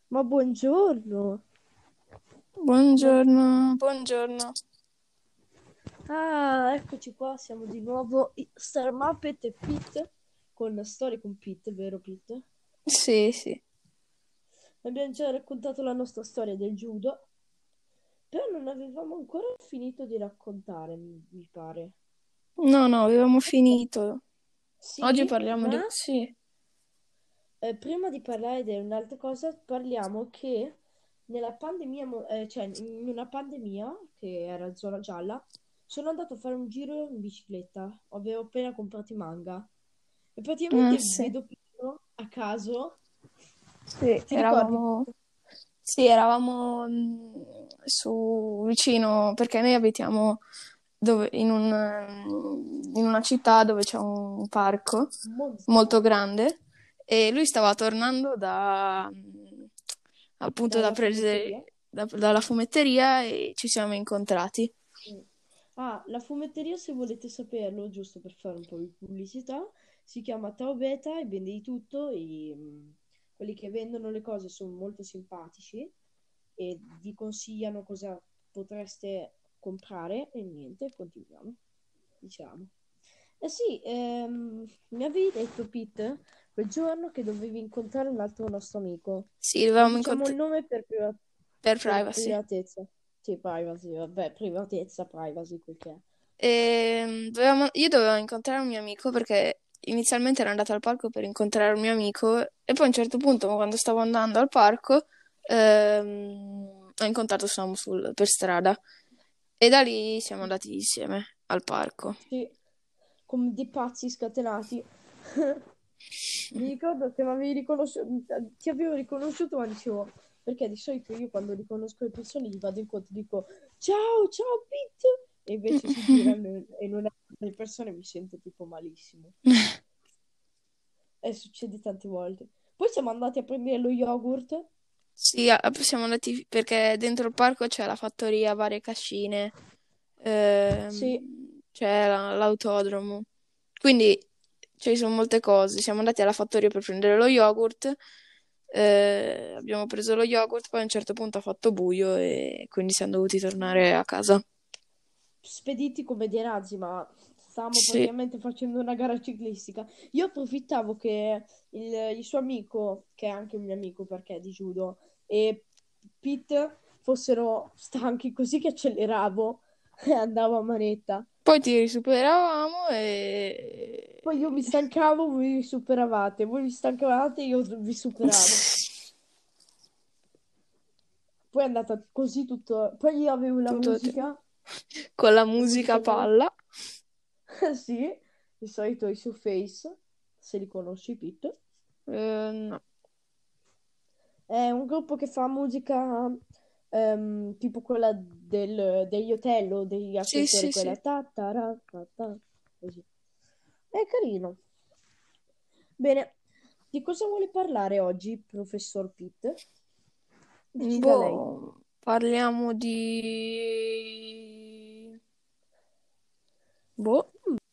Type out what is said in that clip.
Ma buongiorno. Ma- Buongiorno, buongiorno. Ah, eccoci qua, siamo di nuovo Star Muppet e Pete con storie con Pete, vero Pete? Sì, sì. Abbiamo già raccontato la nostra storia del judo, però non avevamo ancora finito di raccontare, mi pare. No, no, avevamo finito. Oggi Sì, parliamo ma di... Sì. prima di parlare di un'altra cosa, parliamo che nella pandemia, cioè in una pandemia che era zona gialla, sono andato a fare un giro in bicicletta. Avevo appena comprato i manga e praticamente Sì. vedo Pino a caso. Sì, Ti ricordi? eravamo su vicino, perché noi abitiamo in una città dove c'è un parco molto Monza grande e lui stava tornando appunto dalla fumetteria. dalla fumetteria e ci siamo incontrati. Mm. Ah, la fumetteria, se volete saperlo, giusto per fare un po' di pubblicità, si chiama Tao Beta e vende di tutto. Quelli che vendono le cose sono molto simpatici e vi consigliano cosa potreste comprare e niente, continuiamo, diciamo. Eh sì, mi avevi detto, Pete, quel giorno che dovevi incontrare un altro nostro amico. Sì, Non dovevamo diciamo il incontrare nome per per privacy. privatezza. Sì, privacy, vabbè, privatezza, privacy, quel che è. Io dovevo incontrare un mio amico perché inizialmente ero andata al parco per incontrare un mio amico e poi a un certo punto, quando stavo andando al parco, ho incontrato per strada e da lì siamo andati insieme al parco. Sì, come dei pazzi scatenati. Mi ricordo che mi avevi riconosciuto, ti avevo riconosciuto, ma dicevo, perché di solito io quando riconosco le persone gli vado incontro e dico ciao, ciao Pete, e invece si girano e non è le persone mi sento tipo malissimo. E succede tante volte. Poi siamo andati a prendere lo yogurt. Sì, siamo andati perché dentro il parco c'è la fattoria, varie cascine, Sì, c'è l'autodromo. Quindi ci sono molte cose. Siamo andati alla fattoria per prendere lo yogurt, abbiamo preso lo yogurt, poi a un certo punto ha fatto buio e quindi siamo dovuti tornare a casa. spediti come dei razzi, ma stavamo Sì, praticamente facendo una gara ciclistica. Io approfittavo che il suo amico, che è anche un mio amico perché è di judo, e Pete fossero stanchi così che acceleravo e andavo a manetta. poi ti risuperavamo e... Poi io mi stancavo, voi mi superavate, voi mi stancavate, io vi superavo. Poi è andata così tutto. Poi io avevo la tutto il tempo. musica, Con la la musica musica a no. palla. Sì, di solito i su Face, se li conosci, Pete. No. È un gruppo che fa musica tipo quella degli hotel o degli Sì, ascensori, sì, quella sì. così. È carino. Bene, di cosa vuole parlare oggi, professor Pitt? Decida lei. Boh, parliamo di... Boh.